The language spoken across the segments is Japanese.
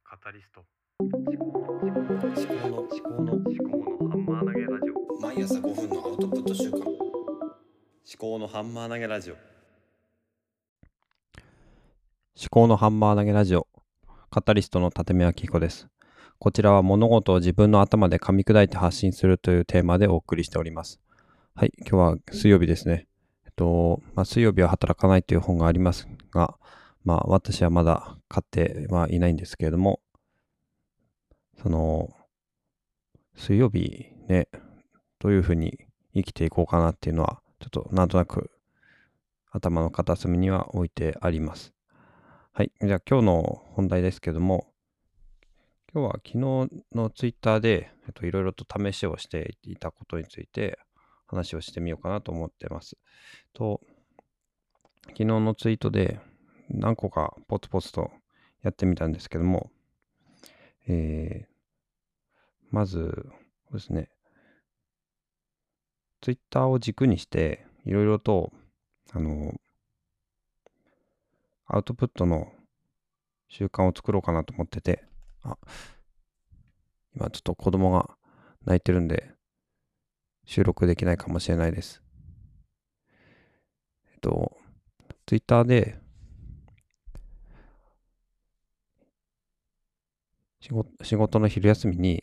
カタリスト思考のハンマー投げラジオ。 毎朝5分のアウトプット週間。 思考のハンマー投げラジオ。 思考のハンマー投げラジオ、カタリストの立見明彦です。こちらは物事を自分の頭で噛み砕いて発信するというテーマでお送りしております。はい、今日は水曜日ですね。水曜日は働かないという本がありますが、私はまだ買ってはいないんですけれども、水曜日ね、どういうふうに生きていこうかなっていうのは、ちょっとなんとなく頭の片隅には置いてあります。はい。じゃあ今日の本題ですけども、今日は昨日のツイッターで、いろいろと試しをしていたことについて話をしてみようかなと思ってます。昨日のツイートで何個かポツポツとやってみたんですけども、まずですね、ツイッターを軸にしていろいろとアウトプットの習慣を作ろうかなと思ってて、今ちょっと子供が泣いてるんで収録できないかもしれないです。ツイッターで仕事の昼休みに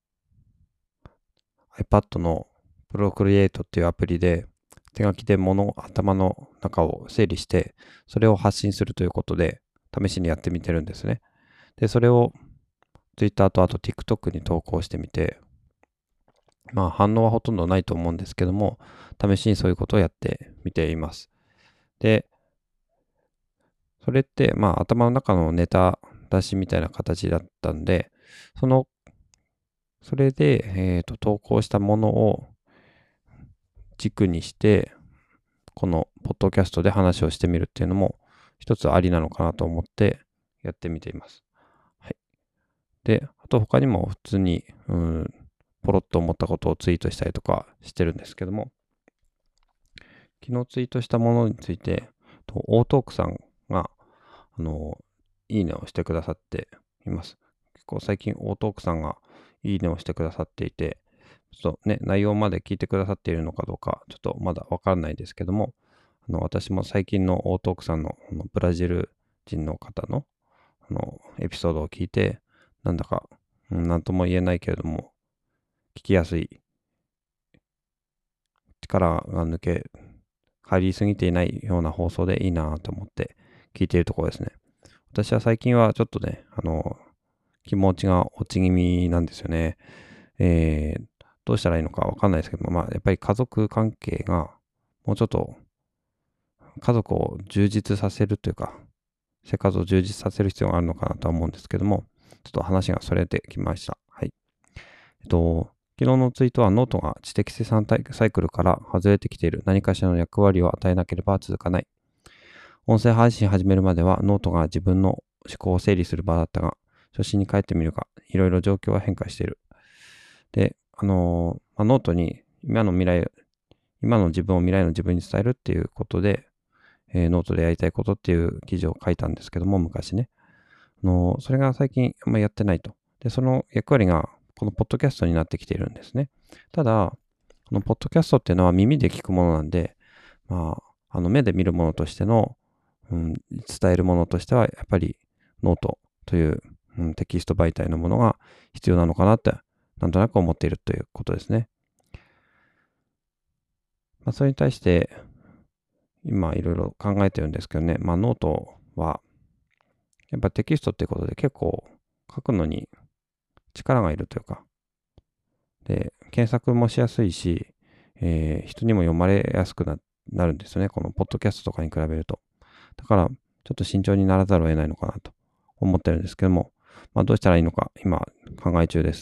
iPad の Procreate っていうアプリで手書きで頭の中を整理してそれを発信するということで試しにやってみてるんですね。で、それを Twitter とあと TikTok に投稿してみて、反応はほとんどないと思うんですけども、試しにそういうことをやってみています。で、それって頭の中のネタ出しみたいな形だったんで、それで、投稿したものを軸にして、このポッドキャストで話をしてみるっていうのも一つありなのかなと思ってやってみています。はい。で、あと他にも普通に、ポロッと思ったことをツイートしたりとかしてるんですけども、昨日ツイートしたものについて、オートークさんが、いいねをしてくださっています。結構最近オートークさんがいいねをしてくださっていて、ちょっとね、内容まで聞いてくださっているのかどうか、ちょっとまだわからないですけども、私も最近のオートークさんのブラジル人の方のエピソードを聞いて、なんだか、なんとも言えないけれども、聞きやすい、力が入りすぎていないような放送でいいなと思って聞いているところですね。私は最近はちょっとね、気持ちが落ち気味なんですよね。どうしたらいいのかわかんないですけども、やっぱり家族関係がもうちょっと家族を充実させるというか、生活を充実させる必要があるのかなとは思うんですけども、ちょっと話がそれてきました。はい。昨日のツイートはノートが知的生産サイクルから外れてきている。何かしらの役割を与えなければ続かない。音声配信始めるまではノートが自分の思考を整理する場だったが、初心に帰ってみるが、いろいろ状況は変化している。で、ノートに今の自分を未来の自分に伝えるっていうことで、ノートでやりたいことっていう記事を書いたんですけども、昔ね。それが最近あんまりやってないと。で、その役割がこのポッドキャストになってきているんですね。ただ、このポッドキャストっていうのは耳で聞くものなんで、目で見るものとしての、伝えるものとしては、やっぱりノートという、テキスト媒体のものが必要なのかなって、なんとなく思っているということですね。それに対して、今いろいろ考えてるんですけどね、ノートは、やっぱテキストっていうことで結構書くのに力がいるというか、で、検索もしやすいし、人にも読まれやすくなるんですよね。このポッドキャストとかに比べると。だから、ちょっと慎重にならざるを得ないのかなと思ってるんですけども、どうしたらいいのか今考え中です。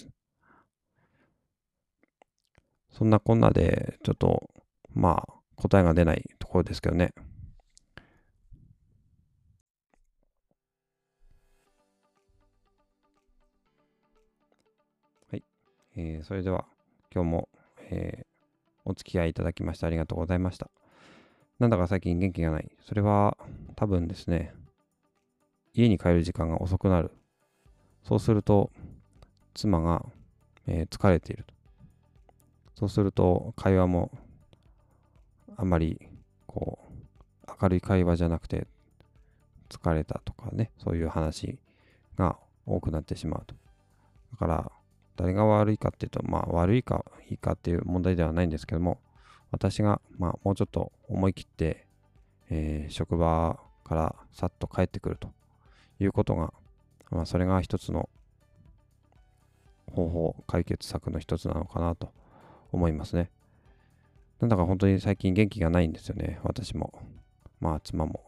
そんなこんなで、ちょっと、答えが出ないところですけどね。はい。それでは、今日も、お付き合いいただきましてありがとうございました。なんだか最近元気がない。それは多分ですね、家に帰る時間が遅くなる。 そうすると、妻が、疲れていると。そうすると、会話もあまり、明るい会話じゃなくて、疲れたとかね、そういう話が多くなってしまうと。だから、誰が悪いかっていうと、悪いかいいかっていう問題ではないんですけども、私が、もうちょっと思い切って、職場からさっと帰ってくるということが、それが一つの解決策の一つなのかなと思いますね。なんだか本当に最近元気がないんですよね、私も。妻も。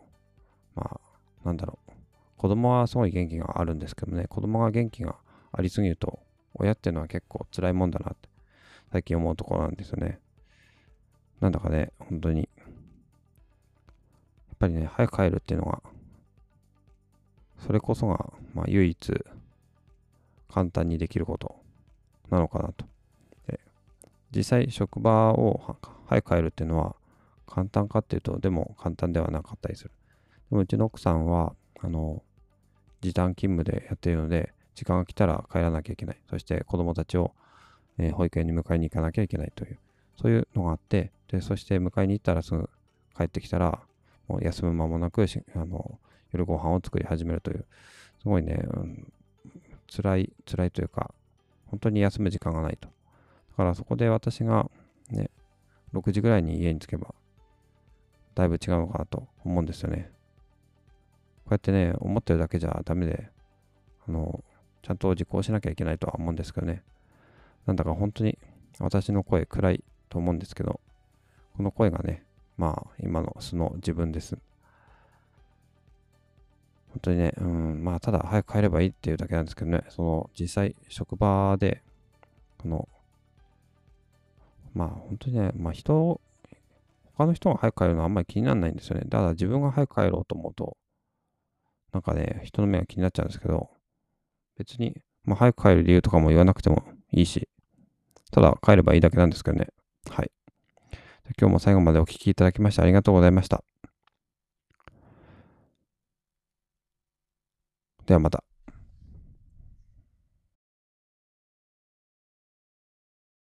子供はすごい元気があるんですけどね、子供が元気がありすぎると、親っていうのは結構辛いもんだなって、最近思うところなんですよね。なんだかね、本当に、やっぱりね、早く帰るっていうのが、それこそが、唯一、簡単にできることなのかなと。実際、職場を早く帰るっていうのは、簡単かっていうと、でも簡単ではなかったりする。でもうちの奥さんは、時短勤務でやっているので、時間が来たら帰らなきゃいけない。そして子供たちを、保育園に迎えに行かなきゃいけないという、そういうのがあって、で、そして迎えに行ったらすぐ帰ってきたら、もう休む間もなく夜ご飯を作り始めるという、すごいね、辛いというか、本当に休む時間がないと。だからそこで私がね、6時ぐらいに家に着けば、だいぶ違うのかなと思うんですよね。こうやってね、思ってるだけじゃダメで、ちゃんと実行しなきゃいけないとは思うんですけどね。なんだか本当に私の声暗いと思うんですけど、この声がね、今の素の自分です。本当にね、ただ早く帰ればいいっていうだけなんですけどね、実際職場で、本当にね、他の人が早く帰るのはあんまり気にならないんですよね。だから自分が早く帰ろうと思うと、なんかね、人の目が気になっちゃうんですけど、別に、早く帰る理由とかも言わなくてもいいし、ただ帰ればいいだけなんですけどね。はい。今日も最後までお聞きいただきましてありがとうございました。ではまた。